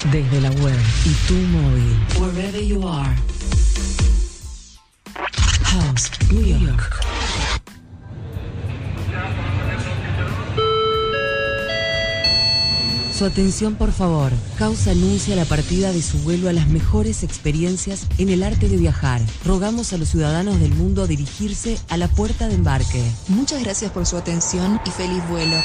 Desde la web y tu móvil. Wherever you are. House, New York. Su atención, por favor. House anuncia la partida de su vuelo a las mejores experiencias en el arte de viajar. Rogamos a los ciudadanos del mundo a dirigirse a la puerta de embarque. Muchas gracias por su atención y feliz vuelo.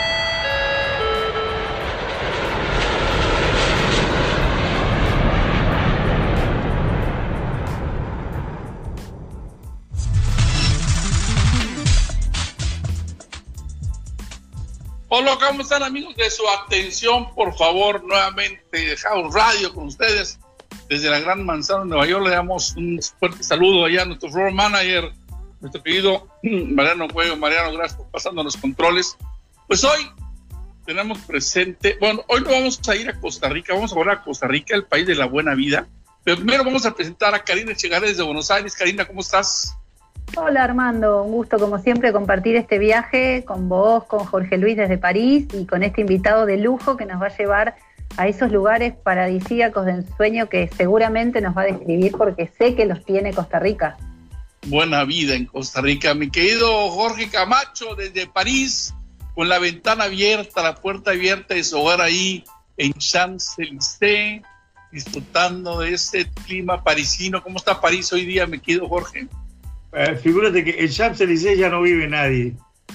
Hola, ¿cómo están, amigos? De su atención, por favor, nuevamente House Radio con ustedes desde la Gran Manzana, Nueva York. Le damos un fuerte saludo allá a nuestro floor manager, nuestro querido Mariano Cuello. Mariano, gracias por pasando los controles. Pues hoy tenemos presente, bueno, hoy no vamos a ir a Costa Rica, vamos a volver a Costa Rica, el país de la buena vida. Pero primero vamos a presentar a Karina Echegaray desde Buenos Aires. Karina, ¿cómo estás? Hola Armando, un gusto como siempre compartir este viaje con vos, con Jorge Luis desde París y con este invitado de lujo que nos va a llevar a esos lugares paradisíacos de ensueño que seguramente nos va a describir porque sé que los tiene Costa Rica. Buena vida en Costa Rica. Mi querido Jorge Camacho desde París, con la ventana abierta, la puerta abierta de su hogar ahí en Champs-Élysées, disfrutando de este clima parisino. ¿Cómo está París hoy día, mi querido Jorge? Figúrate que en Champs-Élysées ya no vive nadie.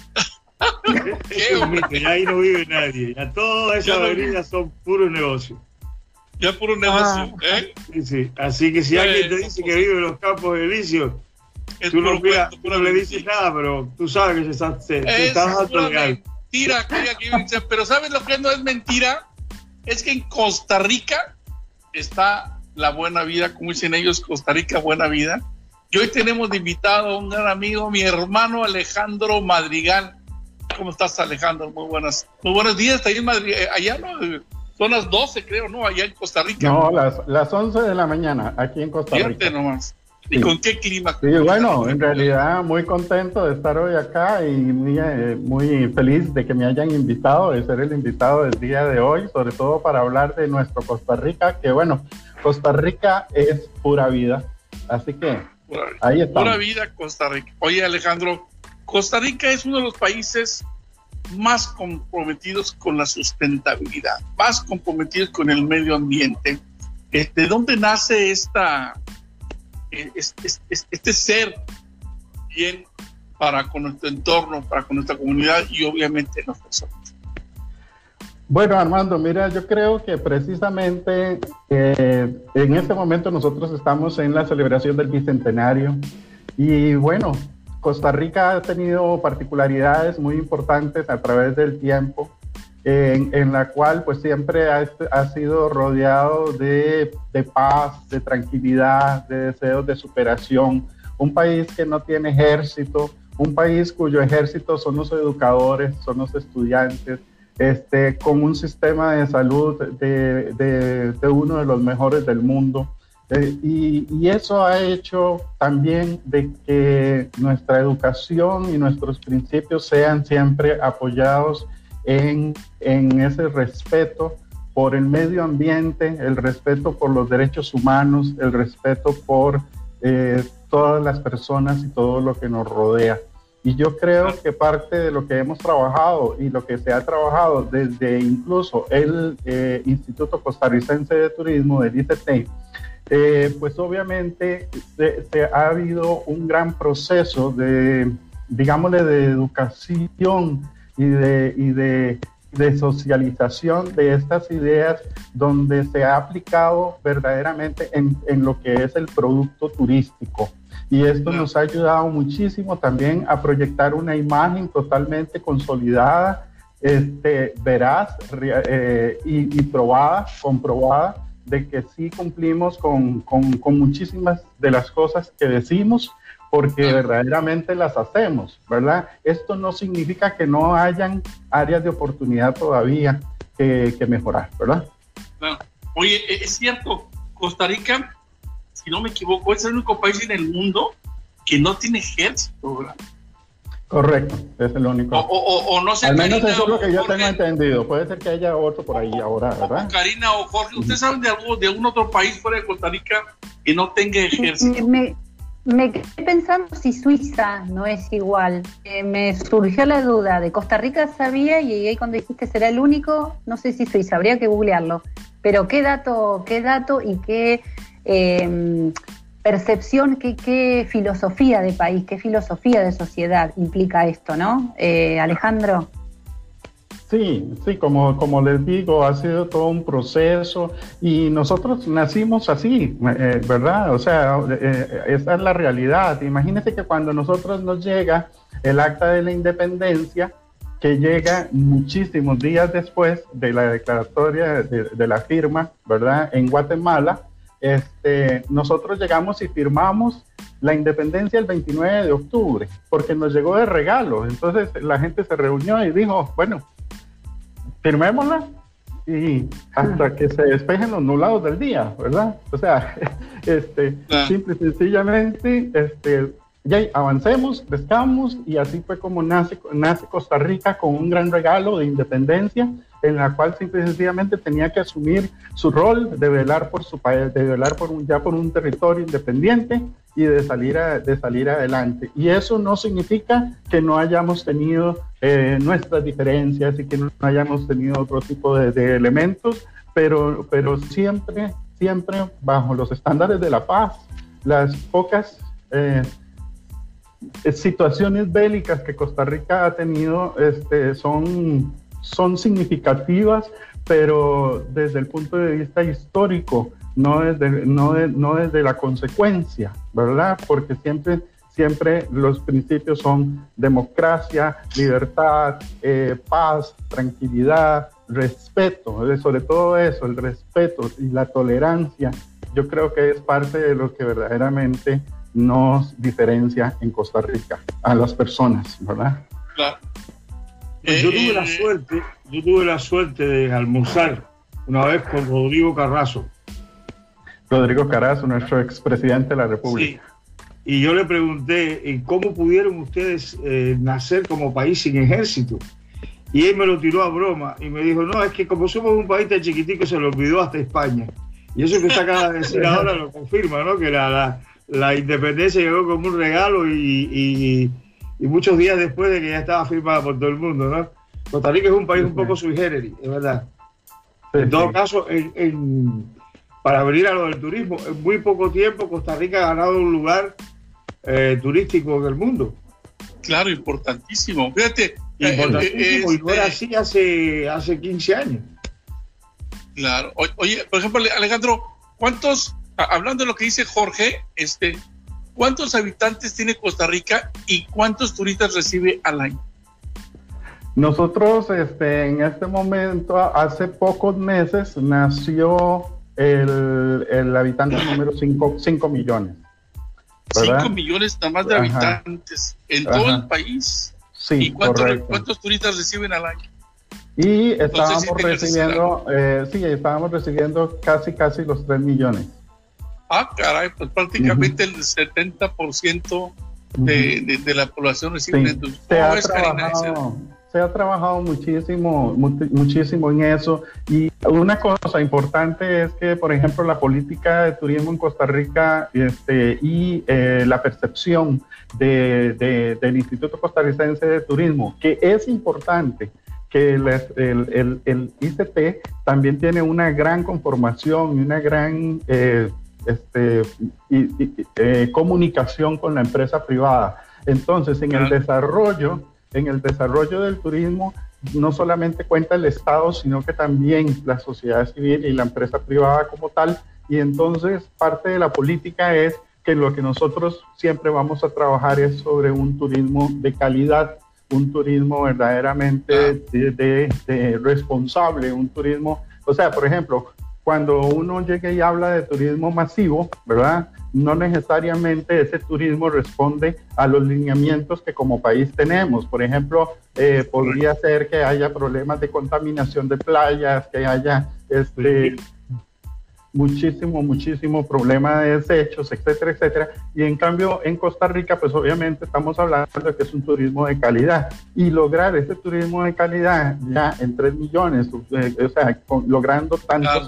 Ya ahí no vive nadie. Ya todas esas avenidas son puros negocios. Ya puro negocio, ¿eh? Sí, sí. Así que si alguien te dice que vive en los Campos Elíseos, tú no le dices nada, pero tú sabes que se está dando legal. Mentira, pero ¿sabes lo que no es mentira? Es que en Costa Rica está la buena vida, como dicen ellos, Costa Rica, buena vida. Y hoy tenemos de invitado a un gran amigo, mi hermano Alejandro Madrigal. ¿Cómo estás, Alejandro? Muy buenos días. Está ahí en Madrid, allá no, son las 12, creo, ¿no? Allá en Costa Rica. No, las 11 de la mañana, aquí en Costa Rica. Fíjate nomás. ¿Y sí. con qué clima? Sí, bueno, en realidad muy contento de estar hoy acá y muy feliz de que me hayan invitado, de ser el invitado del día de hoy, sobre todo para hablar de nuestro Costa Rica, que bueno, Costa Rica es pura vida, así que ahí está. Pura vida, Costa Rica. Oye, Alejandro, Costa Rica es uno de los países más comprometidos con la sustentabilidad, más comprometidos con el medio ambiente. ¿De dónde nace este ser bien para con nuestro entorno, para con nuestra comunidad y obviamente las personas? Bueno, Armando, mira, yo creo que precisamente en este momento nosotros estamos en la celebración del Bicentenario y bueno, Costa Rica ha tenido particularidades muy importantes a través del tiempo, en la cual pues siempre ha sido rodeado de paz, de tranquilidad, de deseos de superación, un país que no tiene ejército, un país cuyo ejército son los educadores, son los estudiantes, con un sistema de salud de uno de los mejores del mundo. Y eso ha hecho también de que nuestra educación y nuestros principios sean siempre apoyados en ese respeto por el medio ambiente, el respeto por los derechos humanos, el respeto por todas las personas y todo lo que nos rodea. Y yo creo que parte de lo que hemos trabajado y lo que se ha trabajado desde incluso el Instituto Costarricense de Turismo, del ICT, pues obviamente ha habido un gran proceso de, digámosle, de educación y de socialización de estas ideas, donde se ha aplicado verdaderamente en lo que es el producto turístico. Y esto nos ha ayudado muchísimo también a proyectar una imagen totalmente consolidada, veraz y comprobada, de que sí cumplimos con muchísimas de las cosas que decimos, porque verdaderamente las hacemos, ¿verdad? Esto no significa que no hayan áreas de oportunidad todavía que mejorar, ¿verdad? No. Oye, es cierto, Costa Rica, si no me equivoco, es el único país en el mundo que no tiene ejército, ¿verdad? Correcto, es el único. O no sé. Al menos Karina, eso es lo que yo Jorge, tengo entendido. Puede ser que haya otro por ahí ahora, ¿verdad? Karina o Jorge, ¿ustedes saben de algún otro país fuera de Costa Rica que no tenga ejército? Me quedé pensando si Suiza no es igual. Me surgió la duda. De Costa Rica sabía, y ahí cuando dijiste será el único, no sé si Suiza, habría que googlearlo. Pero qué dato y qué percepción, qué filosofía de país, qué filosofía de sociedad implica esto, ¿no? Alejandro. Sí, como les digo, ha sido todo un proceso y nosotros nacimos así, ¿verdad? O sea, esa es la realidad. Imagínense que cuando nosotros nos llega el acta de la independencia, que llega muchísimos días después de la declaratoria de la firma, ¿verdad? En Guatemala, nosotros llegamos y firmamos la independencia el 29 de octubre, porque nos llegó de regalo. Entonces la gente se reunió y dijo, bueno, firmémosla y hasta que se despejen los nublados del día, ¿verdad? O sea, simple y sencillamente, ya avancemos, crezcamos, y así fue como nace Costa Rica, con un gran regalo de independencia, en la cual simple y sencillamente tenía que asumir su rol de velar por su país, de velar por un territorio independiente y de salir adelante. Y eso no significa que no hayamos tenido nuestras diferencias y que no hayamos tenido otro tipo de elementos, pero siempre bajo los estándares de la paz. Las pocas situaciones bélicas que Costa Rica ha tenido son significativas, pero desde el punto de vista histórico, no desde la consecuencia, ¿verdad? Porque siempre los principios son democracia, libertad, paz, tranquilidad, respeto, sobre todo eso, el respeto y la tolerancia. Yo creo que es parte de lo que verdaderamente nos diferencia en Costa Rica a las personas, ¿verdad? Claro. Yo tuve la suerte de almorzar una vez con Rodrigo Carazo. Rodrigo Carazo, nuestro expresidente de la República. Sí. Y yo le pregunté, ¿cómo pudieron ustedes nacer como país sin ejército? Y él me lo tiró a broma y me dijo, no, es que como somos un país tan chiquitico se lo olvidó hasta España. Y eso que está acá de decir ahora lo confirma, ¿no? Que la independencia llegó como un regalo y muchos días después de que ya estaba firmada por todo el mundo, ¿no? Costa Rica es un país un poco sui generis, es verdad. En todo caso, para venir a lo del turismo, en muy poco tiempo Costa Rica ha ganado un lugar turístico en el mundo. Claro, importantísimo. Fíjate. Importantísimo, y no era así hace 15 años. Claro. Oye, por ejemplo, Alejandro, hablando de lo que dice Jorge, ¿cuántos habitantes tiene Costa Rica y cuántos turistas recibe al año? Nosotros, en este momento, hace pocos meses, nació el habitante número 5 millones. ¿verdad? 5 millones nada más de habitantes en todo el país. Sí, ¿Y cuántos turistas reciben al año? Y estábamos recibiendo casi los 3 millones. Ah, caray, pues prácticamente el 70% de la población recibe. Sí. Se ha trabajado muchísimo en eso. Y una cosa importante es que, por ejemplo, la política de turismo en Costa Rica y la percepción del Instituto Costarricense de Turismo, que es importante, que el ICT también tiene una gran conformación y una gran comunicación con la empresa privada. Entonces, en el desarrollo del turismo no solamente cuenta el Estado, sino que también la sociedad civil y la empresa privada como tal. Y entonces parte de la política es que lo que nosotros siempre vamos a trabajar es sobre un turismo de calidad, un turismo verdaderamente responsable, un turismo, o sea, por ejemplo, cuando uno llega y habla de turismo masivo, ¿verdad? No necesariamente ese turismo responde a los lineamientos que como país tenemos. Por ejemplo, podría ser que haya problemas de contaminación de playas, que haya muchísimo problema de desechos, etcétera, etcétera. Y en cambio, en Costa Rica, pues obviamente estamos hablando de que es un turismo de calidad. Y lograr ese turismo de calidad ya en 3 millones, o sea, logrando tantos,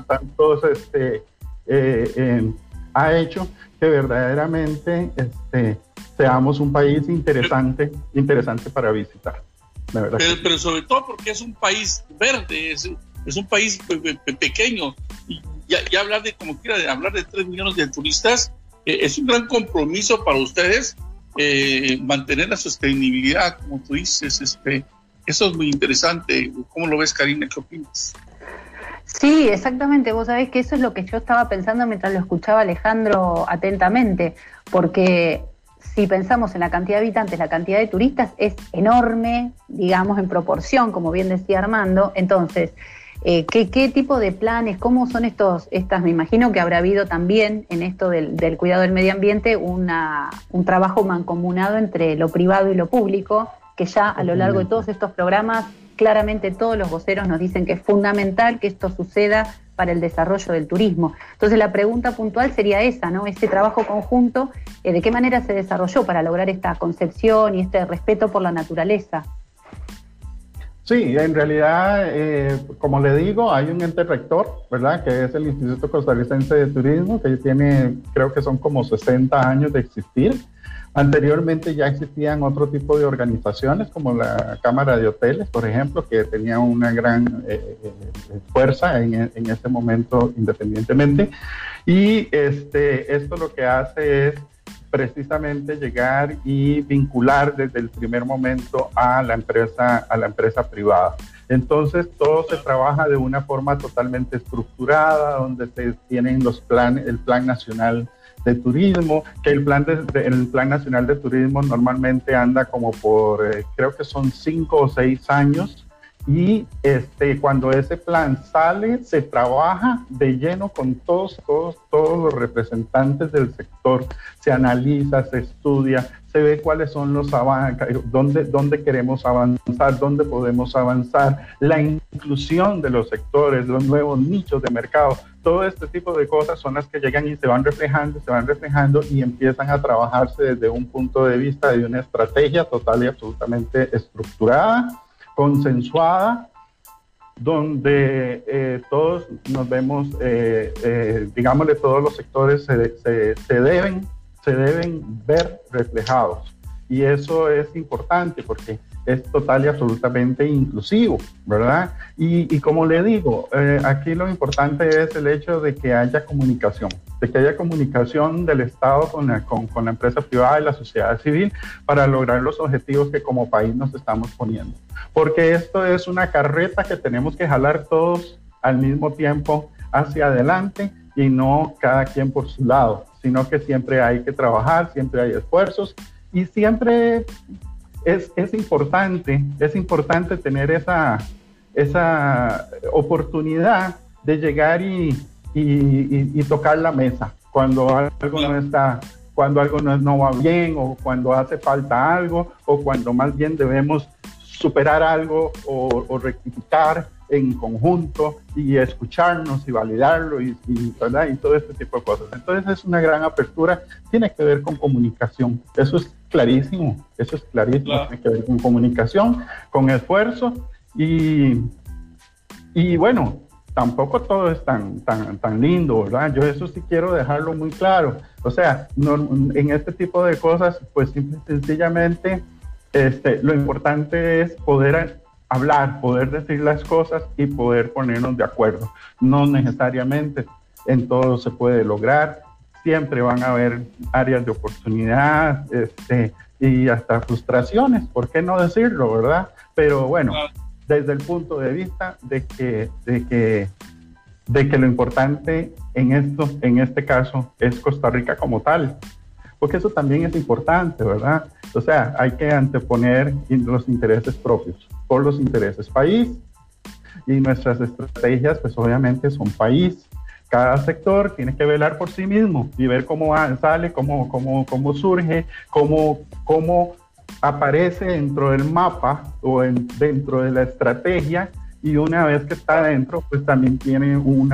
ha hecho que verdaderamente seamos un país interesante para visitar. Pero sobre todo porque es un país verde, es un país pequeño, y ya hablar de, como quiera, de hablar de 3 millones de turistas, es un gran compromiso para ustedes, mantener la sostenibilidad, como tú dices. Eso es muy interesante. ¿Cómo lo ves, Karina? ¿Qué opinas? Sí, exactamente. Vos sabés que eso es lo que yo estaba pensando mientras lo escuchaba Alejandro atentamente, porque si pensamos en la cantidad de habitantes, la cantidad de turistas es enorme, digamos, en proporción, como bien decía Armando. Entonces, ¿qué tipo de planes, cómo son estas? Me imagino que habrá habido también en esto del cuidado del medio ambiente un trabajo mancomunado entre lo privado y lo público, que ya a lo largo de todos estos programas, claramente todos los voceros nos dicen que es fundamental que esto suceda para el desarrollo del turismo. Entonces la pregunta puntual sería esa, ¿no? Ese trabajo conjunto, ¿de qué manera se desarrolló para lograr esta concepción y este respeto por la naturaleza? Sí, en realidad, como le digo, hay un ente rector, ¿verdad?, que es el Instituto Costarricense de Turismo, que tiene, creo que son como 60 años de existir. Anteriormente ya existían otro tipo de organizaciones, como la Cámara de Hoteles, por ejemplo, que tenía una gran fuerza en ese momento independientemente. Y esto lo que hace es precisamente llegar y vincular desde el primer momento a la empresa privada. Entonces todo se trabaja de una forma totalmente estructurada, donde se tienen el Plan Nacional de Turismo, que el Plan Nacional de Turismo normalmente anda como por, creo que son 5 o 6 años, y cuando ese plan sale, se trabaja de lleno con todos los representantes del sector, se analiza, se estudia, se ve cuáles son los avances, dónde queremos avanzar, dónde podemos avanzar, la inclusión de los sectores, los nuevos nichos de mercado. Todo este tipo de cosas son las que llegan y se van reflejando y empiezan a trabajarse desde un punto de vista de una estrategia total y absolutamente estructurada, consensuada, donde todos nos vemos, digámosle, todos los sectores se deben ver reflejados. Y eso es importante porque es total y absolutamente inclusivo, ¿verdad? Y como le digo, aquí lo importante es el hecho de que haya comunicación, del Estado con la empresa privada y la sociedad civil para lograr los objetivos que como país nos estamos poniendo. Porque esto es una carreta que tenemos que jalar todos al mismo tiempo hacia adelante y no cada quien por su lado, sino que siempre hay que trabajar, siempre hay esfuerzos y siempre es importante tener esa oportunidad de llegar y tocar la mesa cuando algo no está, cuando algo no va bien, o cuando hace falta algo, o cuando más bien debemos superar algo o rectificar en conjunto y escucharnos y validarlo ¿verdad? Y todo este tipo de cosas. Entonces es una gran apertura, tiene que ver con comunicación, eso es clarísimo, claro. Tiene que ver con comunicación, con esfuerzo y bueno, tampoco todo es tan lindo, ¿verdad? Yo eso sí quiero dejarlo muy claro. O sea, en este tipo de cosas, pues simple y sencillamente lo importante es poder hablar, poder decir las cosas y poder ponernos de acuerdo. No necesariamente en todo se puede lograr, siempre van a haber áreas de oportunidad y hasta frustraciones, ¿por qué no decirlo, verdad? Pero bueno, desde el punto de vista de que lo importante en este caso es Costa Rica como tal, porque eso también es importante, ¿verdad? O sea, hay que anteponer los intereses propios por los intereses país, y nuestras estrategias pues obviamente son país. Cada sector tiene que velar por sí mismo y ver cómo sale, cómo surge, cómo aparece dentro del mapa o dentro de la estrategia, y una vez que está adentro, pues también tiene un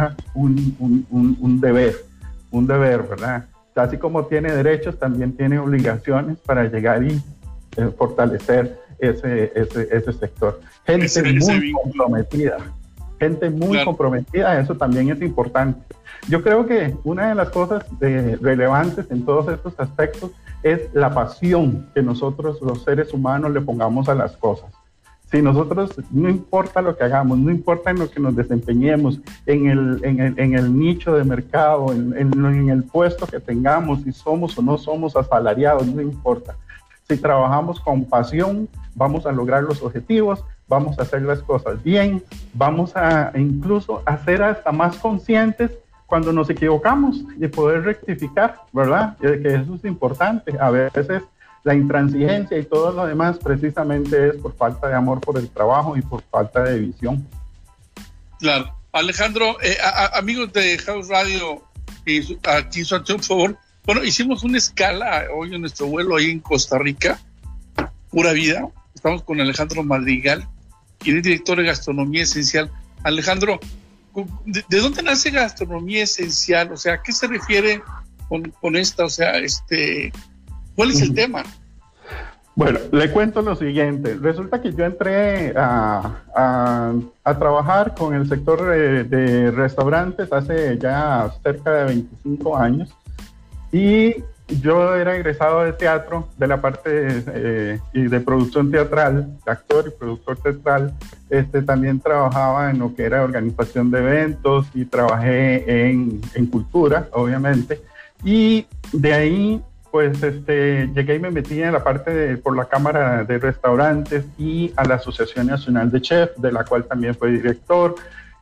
deber, ¿verdad? Así como tiene derechos, también tiene obligaciones para llegar y fortalecer ese sector. Gente muy comprometida, eso también es importante. Yo creo que una de las cosas relevantes en todos estos aspectos es la pasión que nosotros los seres humanos le pongamos a las cosas. Si nosotros, no importa lo que hagamos, no importa en lo que nos desempeñemos, en el nicho de mercado, en el puesto que tengamos, si somos o no somos asalariados, no importa. Si trabajamos con pasión, vamos a lograr los objetivos, vamos a hacer las cosas bien, vamos a incluso a ser hasta más conscientes cuando nos equivocamos y poder rectificar, ¿verdad? Que eso es importante. A veces la intransigencia y todo lo demás precisamente es por falta de amor por el trabajo y por falta de visión. Claro. Alejandro, amigos de House Radio, aquí su atención, por favor. Bueno, hicimos una escala hoy en nuestro vuelo ahí en Costa Rica, Pura Vida. Estamos con Alejandro Madrigal, quien es director de Gastronomía Esencial. Alejandro, ¿de dónde nace Gastronomía Esencial? O sea, ¿a qué se refiere con esta? O sea, ¿cuál es el tema? Bueno, le cuento lo siguiente. Resulta que yo entré a trabajar con el sector de restaurantes hace ya cerca de 25 años. Y yo era egresado de teatro, de la parte de producción teatral, actor y productor teatral. También trabajaba en lo que era organización de eventos y trabajé en cultura, obviamente. Y de ahí, pues, llegué y me metí en la parte por la Cámara de Restaurantes y a la Asociación Nacional de Chefs, de la cual también fui director.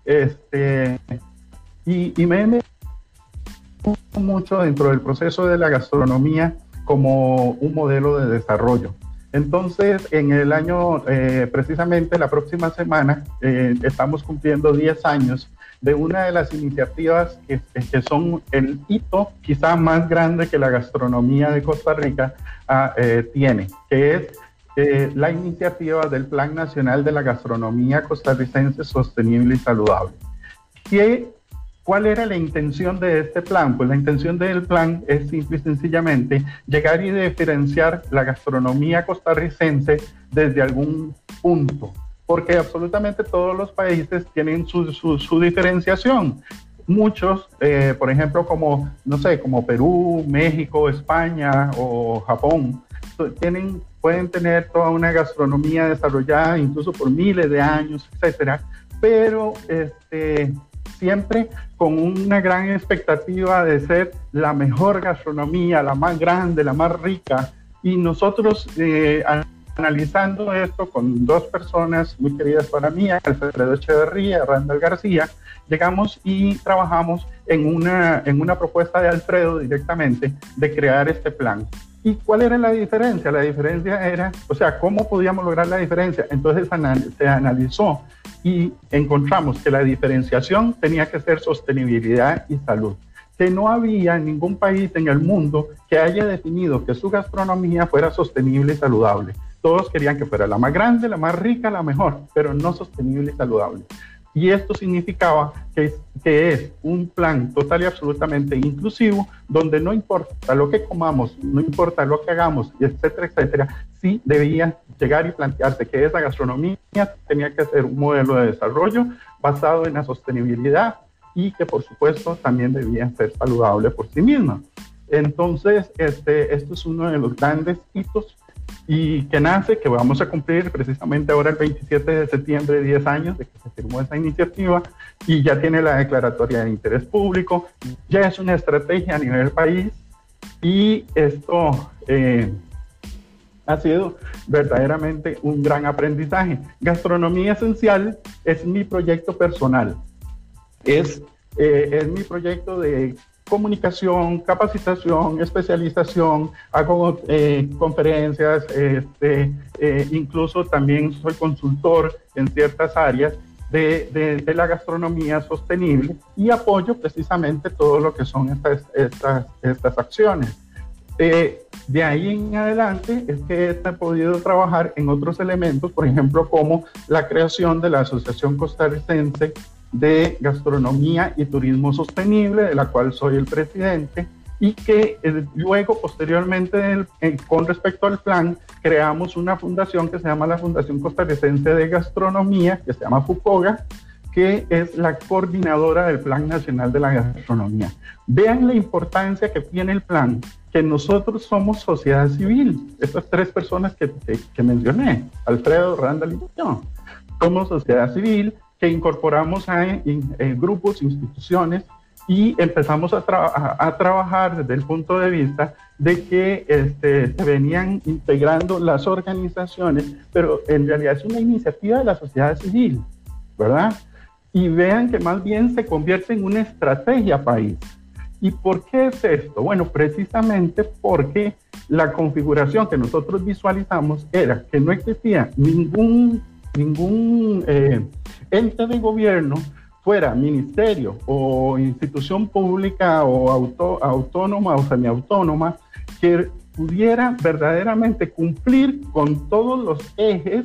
Y me mucho dentro del proceso de la gastronomía como un modelo de desarrollo. Entonces, en el año, precisamente la próxima semana, estamos cumpliendo 10 años de una de las iniciativas que son el hito quizá más grande que la gastronomía de Costa Rica tiene, que es la iniciativa del Plan Nacional de la Gastronomía Costarricense Sostenible y Saludable. ¿Cuál era la intención de este plan? Pues la intención del plan es simple y sencillamente llegar y diferenciar la gastronomía costarricense desde algún punto, porque absolutamente todos los países tienen su diferenciación. Muchos, por ejemplo, como Perú, México, España o Japón, pueden tener toda una gastronomía desarrollada incluso por miles de años, etcétera, pero siempre con una gran expectativa de ser la mejor gastronomía, la más grande, la más rica. Y nosotros, analizando esto con dos personas muy queridas para mí, Alfredo Echeverría y Randall García, llegamos y trabajamos en una propuesta de Alfredo directamente de crear este plan. ¿Y cuál era la diferencia? La diferencia era, ¿cómo podíamos lograr la diferencia? Entonces se analizó y encontramos que la diferenciación tenía que ser sostenibilidad y salud, que no había ningún país en el mundo que haya definido que su gastronomía fuera sostenible y saludable. Todos querían que fuera la más grande, la más rica, la mejor, pero no sostenible y saludable. Y esto significaba que es un plan total y absolutamente inclusivo, donde no importa lo que comamos, no importa lo que hagamos, etcétera, etcétera, sí debía llegar y plantearse que esa gastronomía tenía que ser un modelo de desarrollo basado en la sostenibilidad y que, por supuesto, también debía ser saludable por sí misma. Entonces, esto es uno de los grandes hitos y que nace, que vamos a cumplir precisamente ahora el 27 de septiembre, 10 años de que se firmó esa iniciativa, y ya tiene la declaratoria de interés público, ya es una estrategia a nivel país, y esto ha sido verdaderamente un gran aprendizaje. Gastronomía Esencial es mi proyecto personal, es mi proyecto de comunicación, capacitación, especialización, hago conferencias, incluso también soy consultor en ciertas áreas de la gastronomía sostenible y apoyo precisamente todo lo que son estas acciones. De ahí en adelante es que he podido trabajar en otros elementos, por ejemplo, como la creación de la Asociación Costarricense de Gastronomía y Turismo Sostenible, de la cual soy el presidente, y que luego, posteriormente, con respecto al plan, creamos una fundación que se llama la Fundación Costarricense de Gastronomía, que se llama FUCOGA, que es la coordinadora del Plan Nacional de la Gastronomía. Vean la importancia que tiene el plan, que nosotros somos sociedad civil, estas tres personas que mencioné, Alfredo, Randall y yo, somos sociedad civil que incorporamos a grupos, instituciones, y empezamos a trabajar desde el punto de vista de que se venían integrando las organizaciones, pero en realidad es una iniciativa de la sociedad civil, ¿verdad? Y vean que más bien se convierte en una estrategia país. ¿Y por qué es esto? Bueno, precisamente porque la configuración que nosotros visualizamos era que no existía ningún ente de gobierno, fuera ministerio o institución pública o autónoma o semiautónoma, que pudiera verdaderamente cumplir con todos los ejes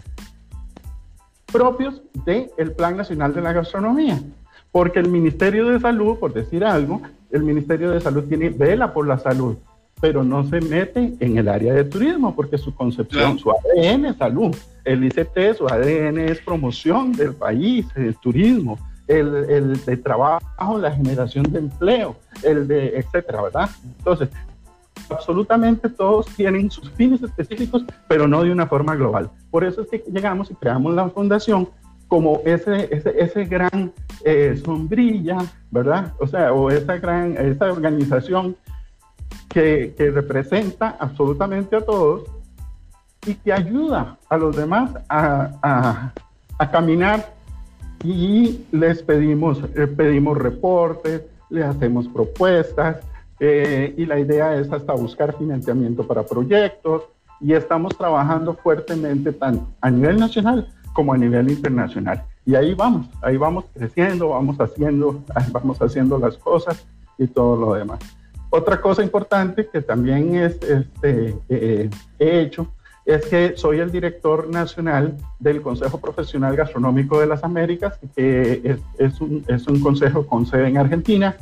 propios del Plan Nacional de la Gastronomía. Porque el Ministerio de Salud, por decir algo, el Ministerio de Salud vela por la salud, pero no se mete en el área de turismo, porque su concepción, su ADN es salud. El ICT, su ADN es promoción del país, el turismo, el de trabajo, la generación de empleo, etcétera, ¿verdad? Entonces, absolutamente todos tienen sus fines específicos, pero no de una forma global. Por eso es que llegamos y creamos la fundación como ese gran sombrilla, ¿verdad? O sea, o esa organización que representa absolutamente a todos y que ayuda a los demás a caminar, y les pedimos reportes, les hacemos propuestas, y la idea es hasta buscar financiamiento para proyectos, y estamos trabajando fuertemente tanto a nivel nacional como a nivel internacional. Y ahí vamos creciendo, vamos haciendo las cosas y todo lo demás. Otra cosa importante que también he hecho es que soy el director nacional del Consejo Profesional Gastronómico de las Américas, que es un consejo con sede en Argentina,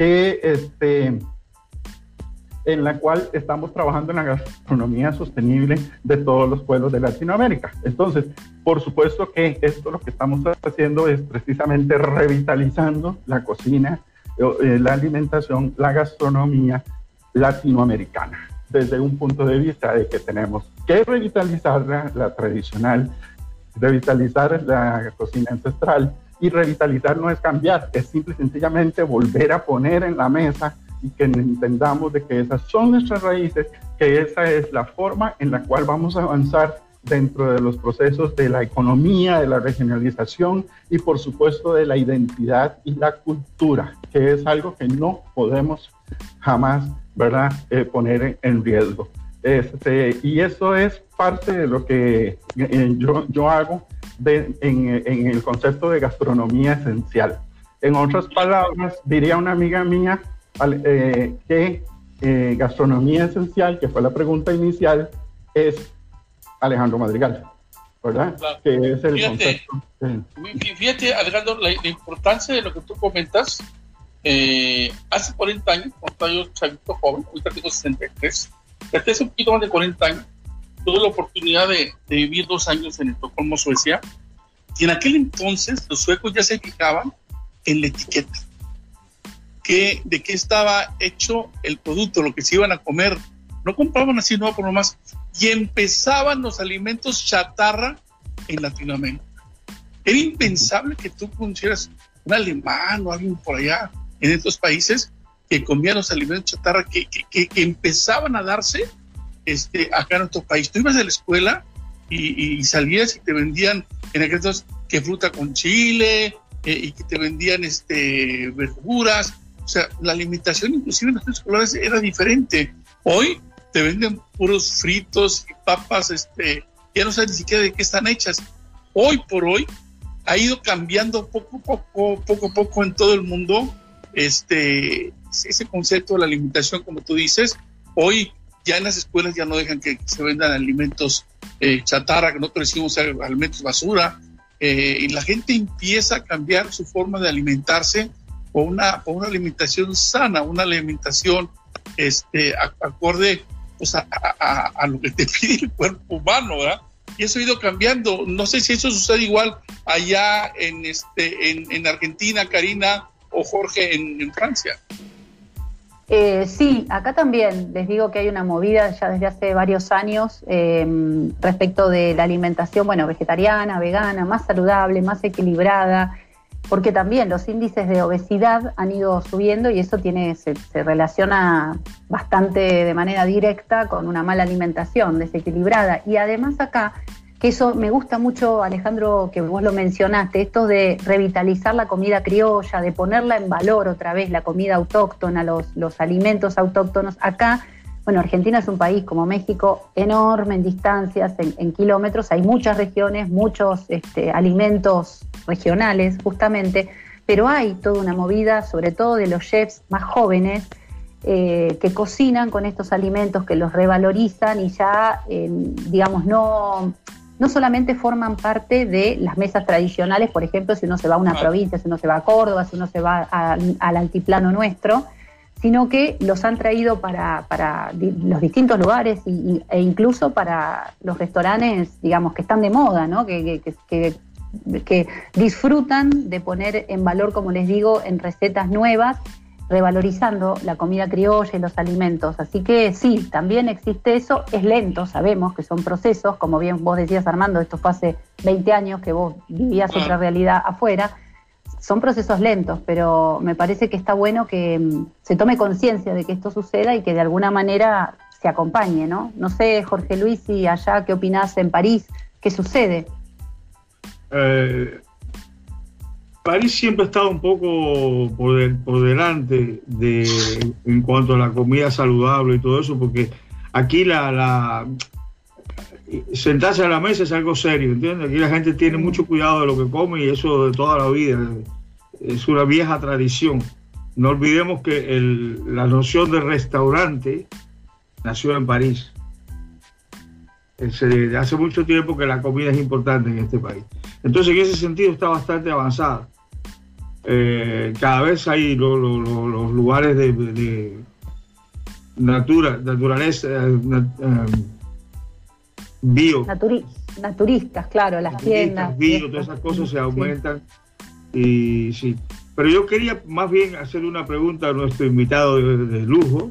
en la cual estamos trabajando en la gastronomía sostenible de todos los pueblos de Latinoamérica. Entonces, por supuesto que esto lo que estamos haciendo es precisamente revitalizando la cocina, la alimentación, la gastronomía latinoamericana, desde un punto de vista de que tenemos que revitalizar la tradicional, revitalizar la cocina ancestral, y revitalizar no es cambiar, es simple y sencillamente volver a poner en la mesa y que entendamos de que esas son nuestras raíces, que esa es la forma en la cual vamos a avanzar dentro de los procesos de la economía, de la regionalización y por supuesto de la identidad y la cultura, que es algo que no podemos jamás, ¿verdad?, poner en riesgo. Y eso es parte de lo que yo hago en el concepto de gastronomía esencial. En otras palabras, diría una amiga mía que gastronomía esencial, que fue la pregunta inicial, es Alejandro Madrigal, ¿verdad? Claro. Que es el concepto. Fíjate, Alejandro, la importancia de lo que tú comentas. Hace 40 años, cuando estaba yo chavito joven, ahorita tengo 63, hace un poquito más de 40 años, tuve la oportunidad de vivir 2 años en Estocolmo, Suecia, y en aquel entonces los suecos ya se fijaban en la etiqueta, de qué estaba hecho el producto, lo que se iban a comer. No compraban así, no, por nomás, y empezaban los alimentos chatarra en Latinoamérica. Era impensable que tú conocieras un alemán o alguien por allá en estos países que comían los alimentos chatarra que empezaban a darse acá en nuestro país. Tú ibas a la escuela y salías y te vendían en aquel entonces que fruta con chile, y que te vendían verduras. O sea, la alimentación inclusive en los escolares era diferente. Hoy te venden puros fritos y papas, ya no sabes ni siquiera de qué están hechas. Hoy por hoy ha ido cambiando poco a poco en todo el mundo ese concepto de la alimentación, como tú dices, Hoy ya en las escuelas ya no dejan que se vendan alimentos chatarra, que nosotros decimos alimentos basura, y la gente empieza a cambiar su forma de alimentarse por una alimentación sana, una alimentación acorde pues, a lo que te pide el cuerpo humano, ¿verdad? Y eso ha ido cambiando. No sé si eso sucede igual allá en Argentina, Karina, o Jorge, en Francia. Sí, acá también les digo que hay una movida ya desde hace varios años respecto de la alimentación, bueno, vegetariana, vegana, más saludable, más equilibrada, porque también los índices de obesidad han ido subiendo y eso se relaciona bastante de manera directa con una mala alimentación desequilibrada. Y además acá, que eso me gusta mucho, Alejandro, que vos lo mencionaste, esto de revitalizar la comida criolla, de ponerla en valor otra vez, la comida autóctona, los alimentos autóctonos. Acá, bueno, Argentina es un país como México enorme en distancias, en kilómetros, hay muchas regiones, muchos alimentos regionales justamente, pero hay toda una movida, sobre todo de los chefs más jóvenes, que cocinan con estos alimentos, que los revalorizan y ya, digamos, no solamente forman parte de las mesas tradicionales, por ejemplo, si uno se va a una provincia, si uno se va a Córdoba, si uno se va al altiplano nuestro, sino que los han traído para los distintos lugares e incluso para los restaurantes, digamos, que están de moda, ¿no? Que disfrutan de poner en valor, como les digo, en recetas nuevas, revalorizando la comida criolla y los alimentos. Así que sí, también existe eso, es lento, sabemos que son procesos, como bien vos decías, Armando, esto fue hace 20 años que vos vivías otra realidad afuera, son procesos lentos, pero me parece que está bueno que se tome conciencia de que esto suceda y que de alguna manera se acompañe, ¿no? No sé, Jorge Luis, y allá, ¿qué opinás en París? ¿Qué sucede? París siempre ha estado un poco por delante en cuanto a la comida saludable y todo eso, porque aquí sentarse a la mesa es algo serio, ¿entiendes? Aquí la gente tiene mucho cuidado de lo que come y eso de toda la vida. Es una vieja tradición. No olvidemos que la noción de restaurante nació en París. Hace mucho tiempo que la comida es importante en este país. Entonces, en ese sentido está bastante avanzada. Cada vez hay los lugares de naturaleza, bio. Naturistas, claro, las tiendas. Bio, todas esas cosas se aumentan. Y sí. Pero yo quería más bien hacer una pregunta a nuestro invitado de lujo.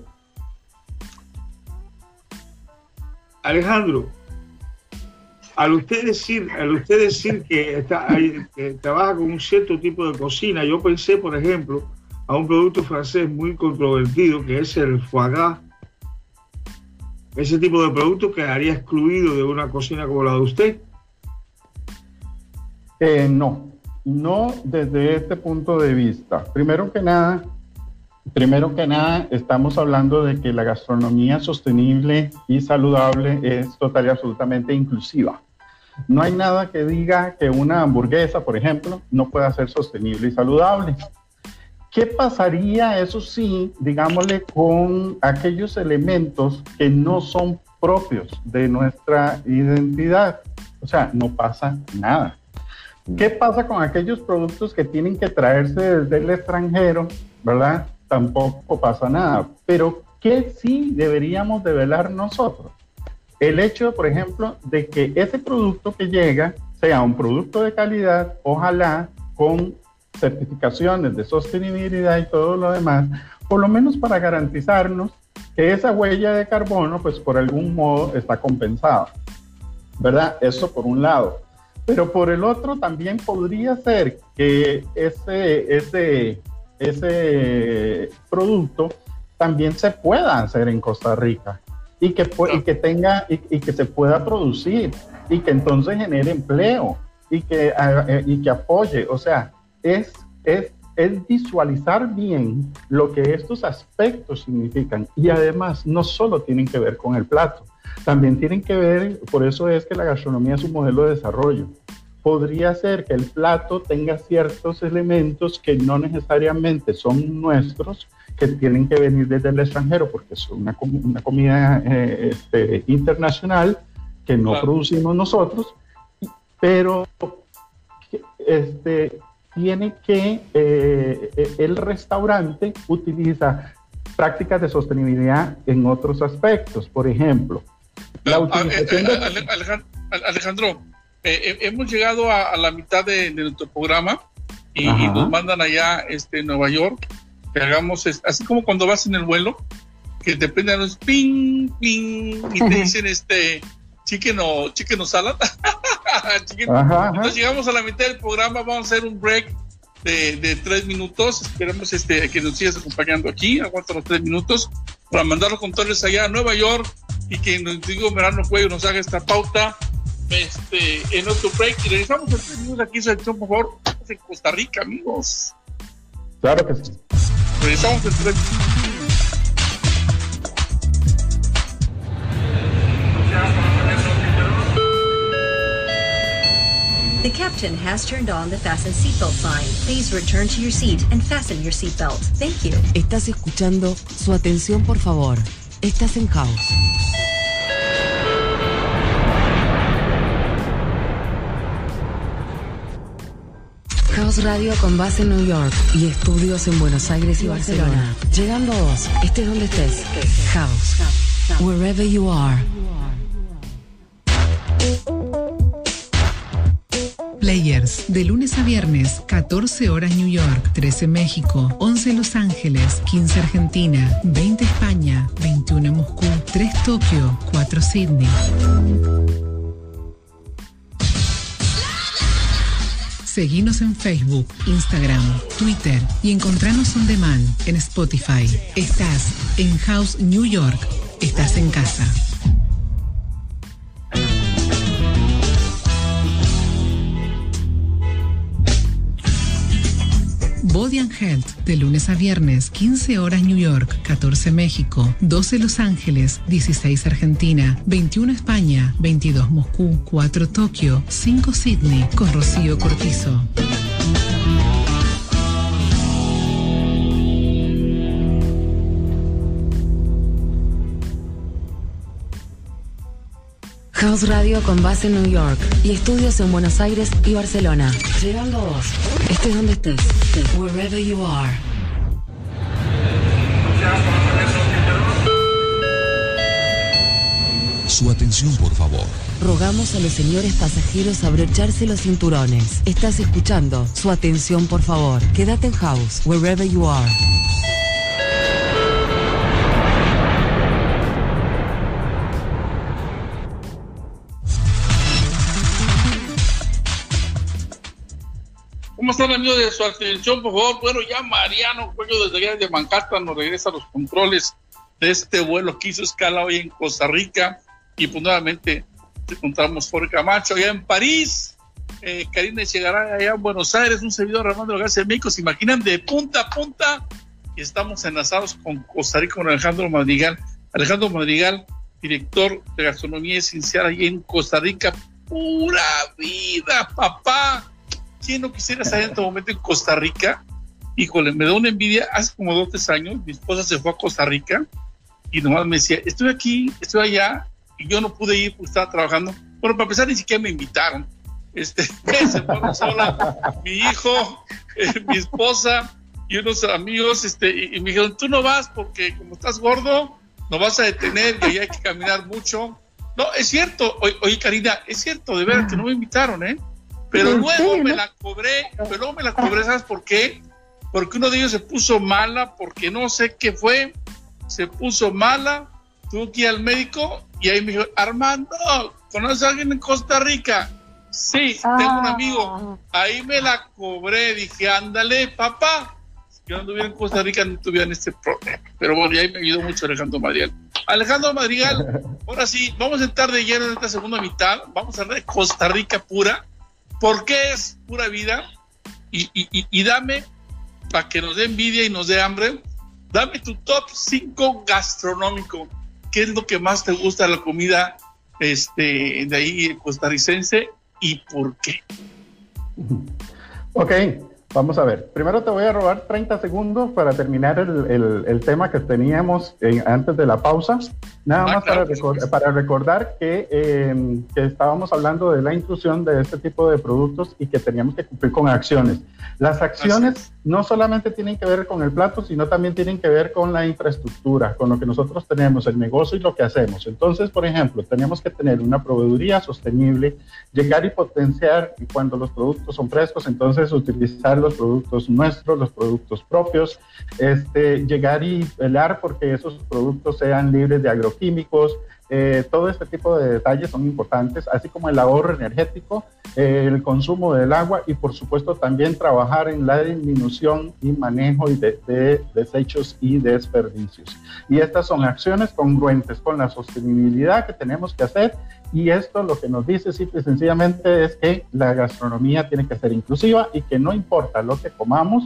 Alejandro, al usted decir que trabaja con un cierto tipo de cocina, yo pensé, por ejemplo, a un producto francés muy controvertido que es el foie gras. Ese tipo de producto quedaría excluido de una cocina como la de usted. No desde este punto de vista. Primero que nada, estamos hablando de que la gastronomía sostenible y saludable es total y absolutamente inclusiva. No hay nada que diga que una hamburguesa, por ejemplo, no pueda ser sostenible y saludable. ¿Qué pasaría, eso sí, digámosle, con aquellos elementos que no son propios de nuestra identidad? O sea, no pasa nada. ¿Qué pasa con aquellos productos que tienen que traerse desde el extranjero, verdad? Tampoco pasa nada. Pero ¿qué sí deberíamos de velar nosotros? El hecho, por ejemplo, de que ese producto que llega sea un producto de calidad, ojalá con certificaciones de sostenibilidad y todo lo demás, por lo menos para garantizarnos que esa huella de carbono, pues por algún modo está compensada, ¿verdad? Eso por un lado. Pero por el otro también podría ser que ese producto también se pueda hacer en Costa Rica y que se pueda producir y que entonces genere empleo y que apoye. O sea, es visualizar bien lo que estos aspectos significan, y además no solo tienen que ver con el plato, también tienen que ver, por eso es que la gastronomía es un modelo de desarrollo, podría ser que el plato tenga ciertos elementos que no necesariamente son nuestros, que tienen que venir desde el extranjero, porque es una comida internacional que no producimos nosotros, pero tiene que, el restaurante utiliza prácticas de sostenibilidad en otros aspectos. Por ejemplo, la utilización Alejandro, hemos llegado a la mitad de nuestro programa y nos mandan allá en Nueva York que hagamos, así como cuando vas en el vuelo, que te prenden los ping, ping, y te dicen chicken o salad. Entonces llegamos a la mitad del programa, vamos a hacer un break de 3 minutos. Esperamos que nos sigas acompañando aquí. Aguanta los 3 minutos para mandar los controles allá a Nueva York y que nos diga Merano Cuello nos haga esta pauta en otro break. Y regresamos en 3 minutos aquí, por favor. Estamos en Costa Rica, amigos. Claro que sí. Regresamos en 3 minutos. The captain has turned on the fasten seatbelt sign. Please return to your seat and fasten your seatbelt. Thank you. Estás escuchando Su Atención, por favor. Estás en House. House Radio con base en New York y estudios en Buenos Aires y Barcelona. Llegando a vos, estés donde estés. House. Wherever you are. Players, de lunes a viernes, 14 horas New York, 13 México, 11 Los Ángeles, 15 Argentina, 20 España, 21 Moscú, 3 Tokio, 4 Sydney. Seguinos en Facebook, Instagram, Twitter y encontranos on demand en Spotify. Estás en House New York. Estás en casa. Body and Health, de lunes a viernes, 15 horas New York, 14 México, 12 Los Ángeles, 16 Argentina, 21 España, 22 Moscú, 4 Tokio, 5 Sydney, con Rocío Cortizo. House Radio con base en New York y estudios en Buenos Aires y Barcelona. Llegando a vos, estés donde estés. Wherever you are. Su atención, por favor. Rogamos a los señores pasajeros abrocharse los cinturones. Estás escuchando Su Atención, por favor. Quédate en House, wherever you are. ¿Cómo están, amigos de Su Atención, por favor? Bueno, ya Mariano Cuello desde allá de Manhattan nos regresa a los controles de este vuelo que hizo escala hoy en Costa Rica. Y pues nuevamente encontramos Jorge Camacho allá en París, Karina llegará allá en Buenos Aires, un servidor Armando García de México. Se imaginan de punta a punta y estamos enlazados con Costa Rica, con Alejandro Madrigal. Alejandro Madrigal, director de gastronomía esencial allí en Costa Rica. Pura vida, papá. ¿Quién no quisiera estar en este momento en Costa Rica? Híjole, me da una envidia. Hace como 2 o 3 años mi esposa se fue a Costa Rica y nomás me decía, estoy aquí, estoy allá, y yo no pude ir porque estaba trabajando. Bueno, para empezar, ni siquiera me invitaron. Se fueron sola mi hijo, mi esposa y unos amigos, y me dijeron, tú no vas porque como estás gordo, no vas a detener y ahí hay que caminar mucho. No, es cierto, oye Karina, es cierto, de verdad que no me invitaron, pero luego me la cobré, ¿sabes por qué? Porque uno de ellos se puso mala, porque no sé qué fue, se puso mala, tuvo que ir al médico y ahí me dijo, Armando, ¿conoces a alguien en Costa Rica? Sí, tengo un amigo. Ahí me la cobré, dije, ándale, papá. Si yo no estuviera en Costa Rica, no tuvieran este problema. Pero bueno, y ahí me ayudó mucho Alejandro Madrigal. Alejandro Madrigal, ahora sí, vamos a entrar de lleno en esta segunda mitad. Vamos a hablar de Costa Rica pura. ¿Por qué es pura vida? Y dame, para que nos dé envidia y nos dé hambre, dame tu top 5 gastronómico. ¿Qué es lo que más te gusta de la comida de ahí costarricense y por qué? Ok, vamos a ver. Primero te voy a robar 30 segundos para terminar el tema que teníamos antes de la pausa. Nada más claro, para recordar que estábamos hablando de la inclusión de este tipo de productos y que teníamos que cumplir con acciones. Las acciones no solamente tienen que ver con el plato, sino también tienen que ver con la infraestructura, con lo que nosotros tenemos, el negocio y lo que hacemos. Entonces, por ejemplo, tenemos que tener una proveeduría sostenible, llegar y potenciar cuando los productos son frescos, entonces utilizar los productos nuestros, los productos propios, llegar y velar porque esos productos sean libres de agroquímicos. Todo este tipo de detalles son importantes, así como el ahorro energético, el consumo del agua y por supuesto también trabajar en la disminución y manejo de desechos y desperdicios. Y estas son acciones congruentes con la sostenibilidad que tenemos que hacer, y esto lo que nos dice simple y sencillamente es que la gastronomía tiene que ser inclusiva y que no importa lo que comamos,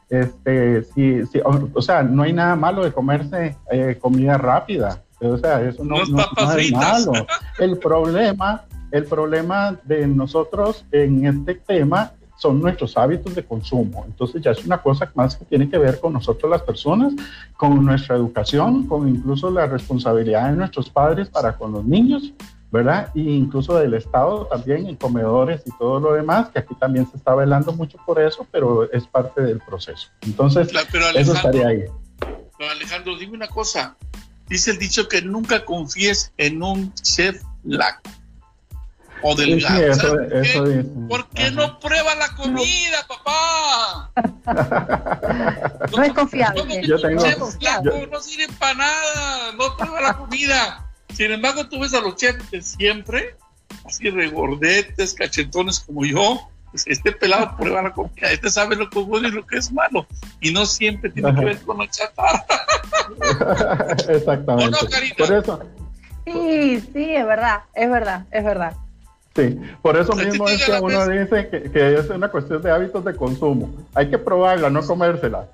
o sea, no hay nada malo de comerse comida rápida. O sea, eso no es malo. El problema de nosotros en este tema son nuestros hábitos de consumo. Entonces ya es una cosa más que tiene que ver con nosotros las personas, con nuestra educación, con incluso la responsabilidad de nuestros padres para con los niños, ¿verdad? E incluso del Estado también, en comedores y todo lo demás, que aquí también se está velando mucho por eso, pero es parte del proceso. Entonces, eso estaría ahí. Pero Alejandro, dime una cosa. Dice el dicho que nunca confíes en un chef laco o delgado. Sí, eso dice. ¿Por qué no prueba la comida, papá? No es confiable. Yo tengo, no sirve para nada, no prueba la comida. Sin embargo, tú ves a los chefs de siempre, así regordetes, cachetones como yo. Este pelado prueba la comida, sabe lo que es bueno y lo que es malo, y no siempre tiene que ver con la chatarra. Exactamente. ¿O no, Karina? Por eso. Sí, es verdad. Sí, por eso mismo es que uno dice que es una cuestión de hábitos de consumo. Hay que probarla, no comérsela.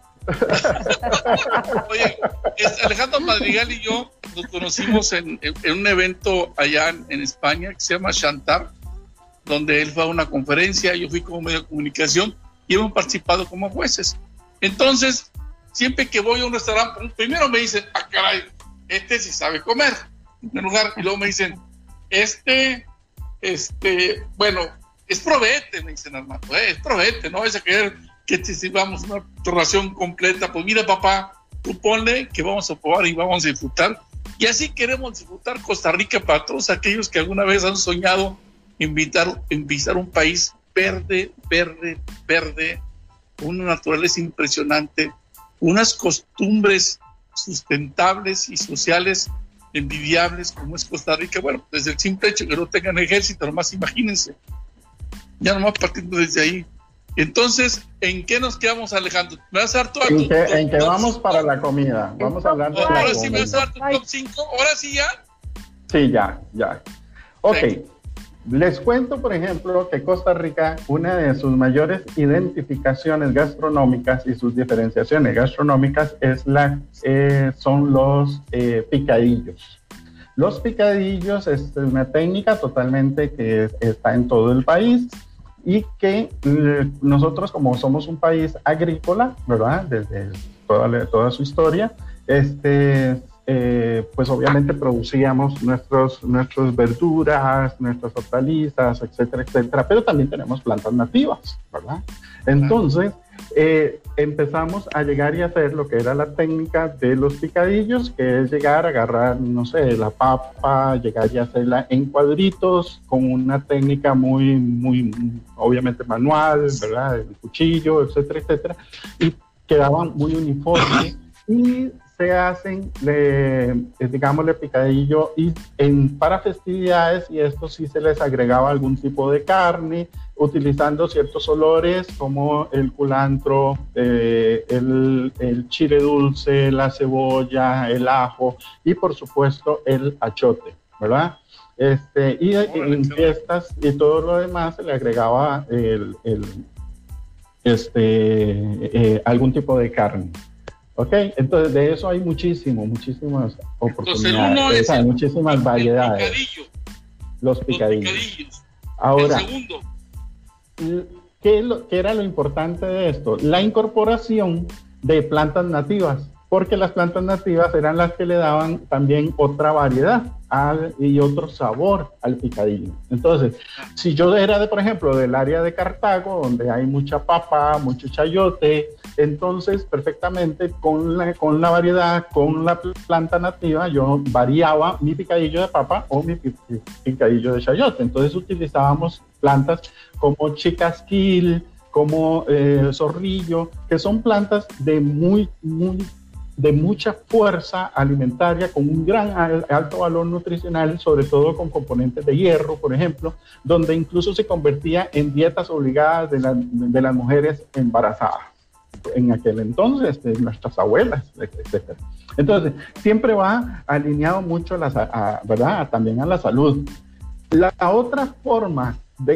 Oye, Alejandro Madrigal y yo nos conocimos en un evento allá en España que se llama Chantar, donde él fue a una conferencia, yo fui como medio de comunicación y hemos participado como jueces. Entonces, siempre que voy a un restaurante, primero me dicen, caray, sí sabe comer, en primer lugar, y luego me dicen, bueno, es proveete, me dicen, Armando, es proveete, no vais a querer que te sirvamos una ración completa. Pues mira, papá, tú ponle que vamos a probar y vamos a disfrutar, y así queremos disfrutar Costa Rica para todos aquellos que alguna vez han soñado en visitar un país verde, una naturaleza impresionante, unas costumbres sustentables y sociales envidiables como es Costa Rica. Bueno, desde el simple hecho que no tengan ejército, nomás imagínense, ya nomás partiendo desde ahí. Entonces, ¿en qué nos quedamos, Alejandro? ¿Me vas a dar todo? ¿En qué vamos para la comida? Vamos a hablar de la comida. Ahora sí me vas a dar tu top 5, ahora sí ya. Sí, ya. Ok. Sí. Les cuento, por ejemplo, que Costa Rica, una de sus mayores identificaciones gastronómicas y sus diferenciaciones gastronómicas son los picadillos. Los picadillos es una técnica totalmente que está en todo el país y que nosotros, como somos un país agrícola, ¿verdad? Desde toda su historia, pues obviamente producíamos nuestras verduras, nuestras hortalizas, etcétera, pero también tenemos plantas nativas, ¿verdad? Entonces, empezamos a llegar y hacer lo que era la técnica de los picadillos, que es llegar a agarrar, no sé, la papa, llegar y hacerla en cuadritos, con una técnica muy obviamente manual, ¿verdad? El cuchillo, etcétera, y quedaban muy uniformes y se hacen, digámosle, picadillo y para festividades, y esto sí se les agregaba algún tipo de carne, utilizando ciertos olores como el culantro, el chile dulce, la cebolla, el ajo y por supuesto el achote, ¿verdad? Y en fiestas y todo lo demás se le agregaba algún tipo de carne. Ok, entonces de eso hay muchísimas oportunidades, hay muchísimas variedades. Los picadillos. Ahora, ¿qué era lo importante de esto? La incorporación de plantas nativas, porque las plantas nativas eran las que le daban también otra variedad y otro sabor al picadillo. Entonces, si yo era, por ejemplo, del área de Cartago, donde hay mucha papa, mucho chayote, entonces perfectamente con la variedad, con la planta nativa, yo variaba mi picadillo de papa o mi picadillo de chayote. Entonces utilizábamos plantas como chicasquil, como zorrillo, que son plantas de mucha fuerza alimentaria, con un gran alto valor nutricional, sobre todo con componentes de hierro, por ejemplo, donde incluso se convertía en dietas obligadas de las mujeres embarazadas en aquel entonces, de nuestras abuelas, etc. Entonces, siempre va alineado mucho ¿verdad? También a la salud. La otra forma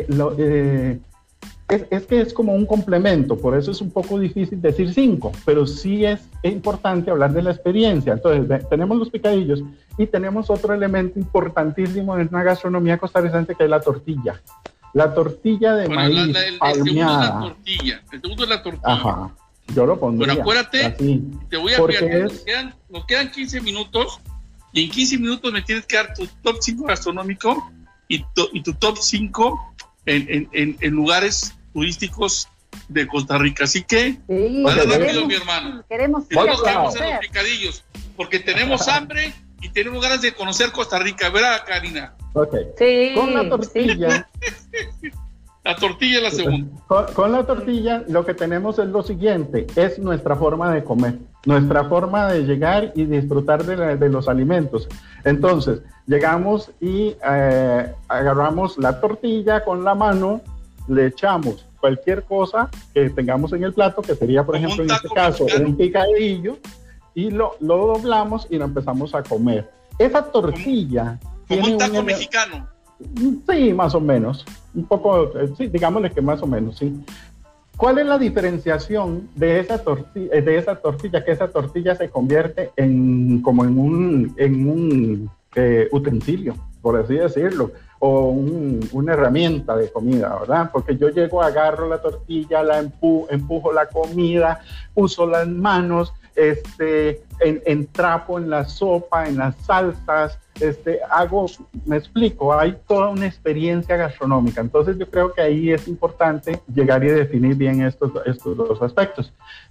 es que es como un complemento, por eso es un poco difícil decir 5, pero sí es importante hablar de la experiencia. Entonces, tenemos los picadillos y tenemos otro elemento importantísimo en una gastronomía costarricense, que es la tortilla. La tortilla de maíz palmeada. El segundo es la tortilla. Ajá, yo lo pondría. Bueno, acuérdate, así, te voy a enviar, nos quedan 15 minutos, y en 15 minutos me tienes que dar tu top 5 gastronómico y tu top 5 en lugares turísticos de Costa Rica. Así que, rápido, mi hermano. Queremos en los picadillos, porque tenemos hambre y tenemos ganas de conocer Costa Rica, ¿verdad, Karina? Ok. Sí. Con la tortilla. La tortilla es la segunda. Con la tortilla lo que tenemos es lo siguiente, es nuestra forma de comer, nuestra forma de llegar y disfrutar de los alimentos. Entonces, llegamos y agarramos la tortilla con la mano, le echamos cualquier cosa que tengamos en el plato, que sería, por ejemplo, en este caso, un picadillo, y lo doblamos y lo empezamos a comer. Esa tortilla como un taco mexicano. Sí, más o menos. Un poco, sí, digámosle que más o menos, sí. ¿Cuál es la diferenciación de esa tortilla? Que esa tortilla se convierte como en un utensilio, por así decirlo, o una herramienta de comida, ¿verdad? Porque yo llego, agarro la tortilla, la empujo la comida, uso las manos, entrapo en la sopa, en las salsas, me explico, hay toda una experiencia gastronómica. Entonces yo creo que ahí es importante llegar y definir bien estos dos aspectos.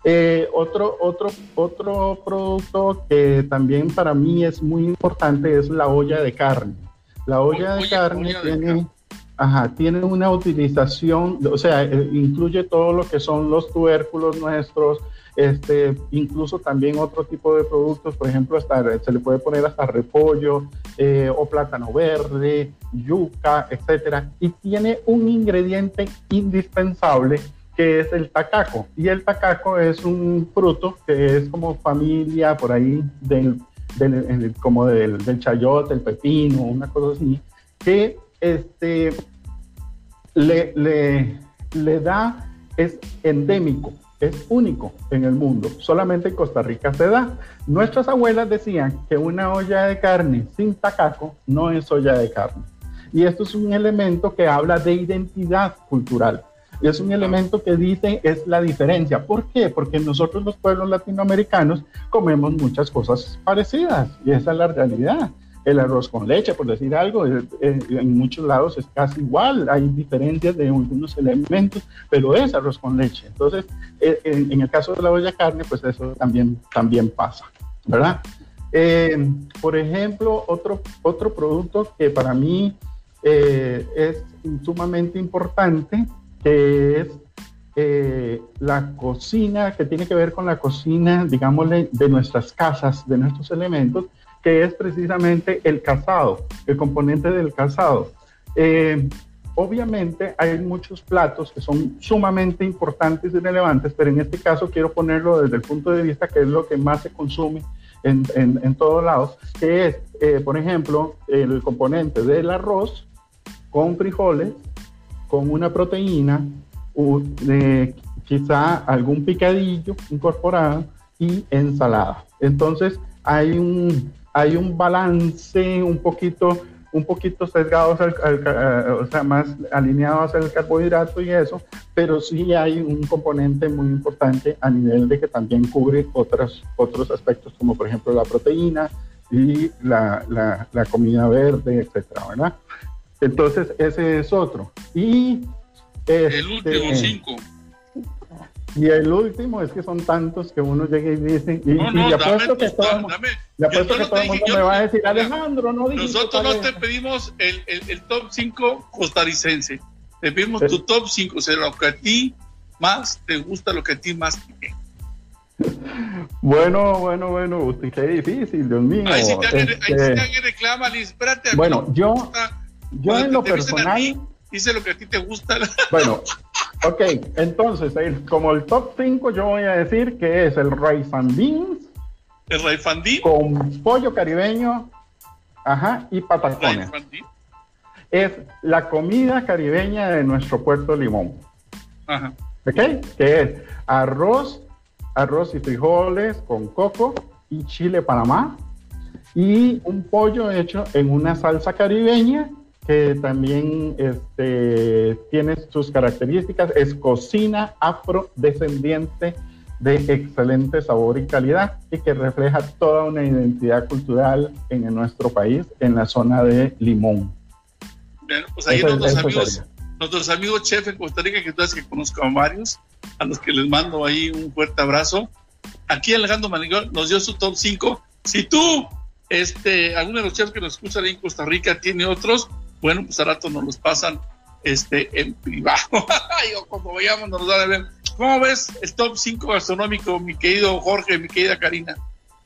Otro producto que también para mí es muy importante es la olla de carne. La olla de carne tiene una utilización, o sea, incluye todo lo que son los tubérculos nuestros, incluso también otro tipo de productos, por ejemplo, se le puede poner hasta repollo o plátano verde, yuca, etcétera, y tiene un ingrediente indispensable que es el tacaco, y el tacaco es un fruto que es como familia por ahí como del chayote, el pepino, una cosa así, que le da, es endémico, es único en el mundo, solamente en Costa Rica se da. Nuestras abuelas decían que una olla de carne sin tacaco no es olla de carne, y esto es un elemento que habla de identidad cultural. Y es un elemento que dice es la diferencia. ¿Por qué? Porque nosotros los pueblos latinoamericanos comemos muchas cosas parecidas y esa es la realidad. El arroz con leche, por decir algo, en muchos lados es casi igual, hay diferencias de algunos elementos, pero es arroz con leche. Entonces, en el caso de la olla de carne, pues eso también pasa, ¿verdad? Por ejemplo, otro producto que para mí es sumamente importante, que es la cocina, que tiene que ver con la cocina, digámosle, de nuestras casas, de nuestros elementos, que es precisamente el casado, el componente del casado. Obviamente hay muchos platos que son sumamente importantes y relevantes, pero en este caso quiero ponerlo desde el punto de vista que es lo que más se consume en todos lados, que es, por ejemplo, el componente del arroz con frijoles, con una proteína, quizá algún picadillo incorporado y ensalada. Entonces hay un balance un poquito un poquito sesgados, o sea, más alineados al carbohidrato y eso, pero sí hay un componente muy importante a nivel de que también cubre otros aspectos, como por ejemplo la proteína y la comida verde, etcétera, ¿verdad? Entonces, ese es otro. Y el último 5. Y el último es que son tantos que uno llega y dice, y apuesto que todo el mundo me va a decir, Alejandro, no dijiste. Nosotros no te pedimos el top 5 costarricense, te pedimos tu top 5, o sea, lo que a ti más te gusta, lo que a ti más te queda. Bueno, qué difícil, Dios mío. Ahí sí te alguien reclama, Liz, espérate. Bueno, yo en lo personal dice lo que a ti te gusta. Bueno, ok, entonces, como el top 5, yo voy a decir que es el rice and beans. ¿El rice and beans? Con pollo caribeño, y patacones. Es la comida caribeña de nuestro puerto Limón. Ajá. ¿Ok? Que es arroz y frijoles con coco y chile Panamá. Y un pollo hecho en una salsa caribeña que también tiene sus características, es cocina afrodescendiente de excelente sabor y calidad y que refleja toda una identidad cultural en nuestro país, en la zona de Limón. Bueno, pues ahí nuestros amigos chefs en Costa Rica, que tú sabes que conozco a varios, a los que les mando ahí un fuerte abrazo. Aquí Alejandro Madrigal nos dio su top 5. Si tú, alguno de los chefs que nos escuchan ahí en Costa Rica tiene otros, bueno, pues a rato nos los pasan en privado. O cuando vayamos nos los van a ver. ¿Cómo ves el top 5 gastronómico, mi querido Jorge, mi querida Karina?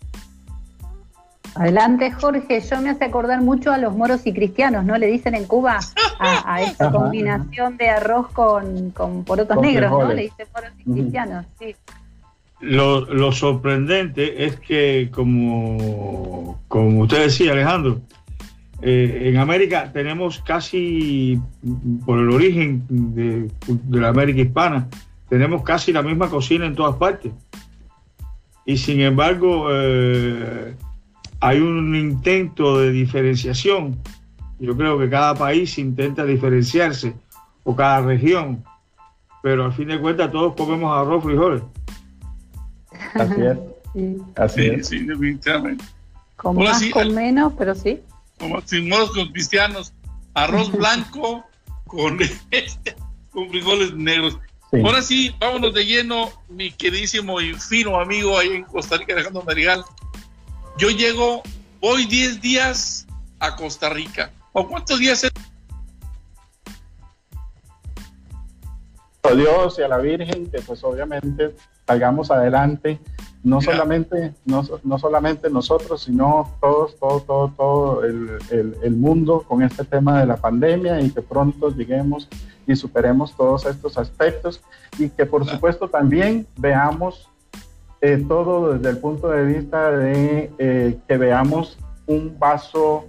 Adelante, Jorge. Yo me hace acordar mucho a los moros y cristianos, ¿no? Le dicen en Cuba a esta combinación de arroz con porotos negros, frijoles, ¿no? Le dicen moros y cristianos, sí. Lo sorprendente es que, como usted decía, Alejandro, en América tenemos casi, por el origen de la América hispana, tenemos casi la misma cocina en todas partes. Y sin embargo, hay un intento de diferenciación. Yo creo que cada país intenta diferenciarse, o cada región, pero al fin de cuentas todos comemos arroz, frijoles. Así es. Sí. Sí, definitivamente. Con más, con menos, pero sí. Como sin modos con cristianos, arroz blanco con frijoles negros. Sí. Ahora sí, vámonos de lleno, mi queridísimo y fino amigo ahí en Costa Rica, Alejandro Madrigal. Yo voy 10 días a Costa Rica. ¿O cuántos días es? A Dios y a la Virgen, que pues obviamente salgamos adelante, no solamente nosotros, sino todo el mundo con este tema de la pandemia, y que pronto lleguemos y superemos todos estos aspectos, y que por supuesto también veamos todo desde el punto de vista de que veamos un vaso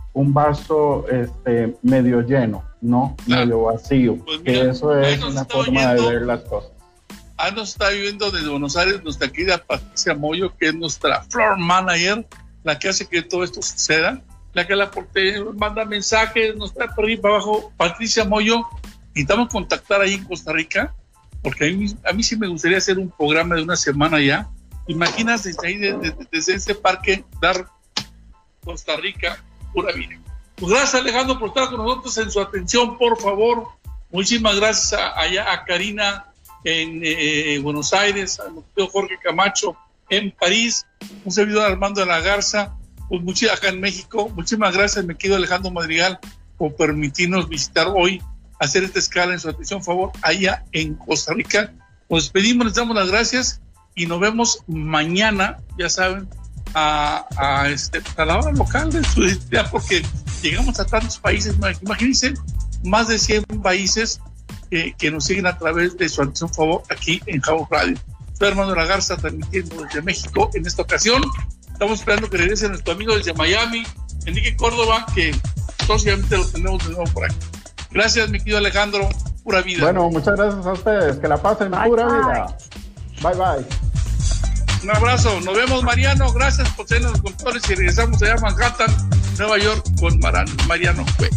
medio lleno, no medio vacío, pues mira, que eso es una forma de ver las cosas. Nos está viviendo desde Buenos Aires nuestra querida Patricia Moyo, que es nuestra floor manager, la que hace que todo esto suceda, la que manda mensajes, nos trae por ahí para abajo. Patricia Moyo, intentamos contactar ahí en Costa Rica, porque a mí sí me gustaría hacer un programa de una semana ya. Imaginas desde ahí, desde ese parque, dar Costa Rica pura vida. Pues gracias, Alejandro, por estar con nosotros en su atención, por favor. Muchísimas gracias a Karina en Buenos Aires, al doctor Jorge Camacho en París, un servidor Armando de la Garza, pues acá en México. Muchísimas gracias, mi querido Alejandro Madrigal, por permitirnos visitar hoy, hacer esta escala en su atención, por favor, allá en Costa Rica. Nos despedimos, les damos las gracias y nos vemos mañana, ya saben, a la hora local de su identidad, porque llegamos a tantos países. Imagínense, más de 100 países que nos siguen a través de su atención, por favor, aquí en House Radio. Soy Armando de la Garza, transmitiendo desde México en esta ocasión. Estamos esperando que regrese nuestro amigo desde Miami, Enrique Córdoba, que próximamente lo tenemos de nuevo por aquí. Gracias, mi querido Alejandro, pura vida. Bueno, muchas gracias a ustedes, que la pasen pura vida. Bye, bye. Un abrazo, nos vemos, Mariano, gracias por ser los controles y regresamos allá a Manhattan. Nueva York con Mariano Cueva.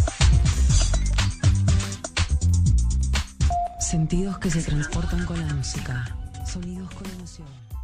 Sentidos que se transportan con la música, sonidos con emoción.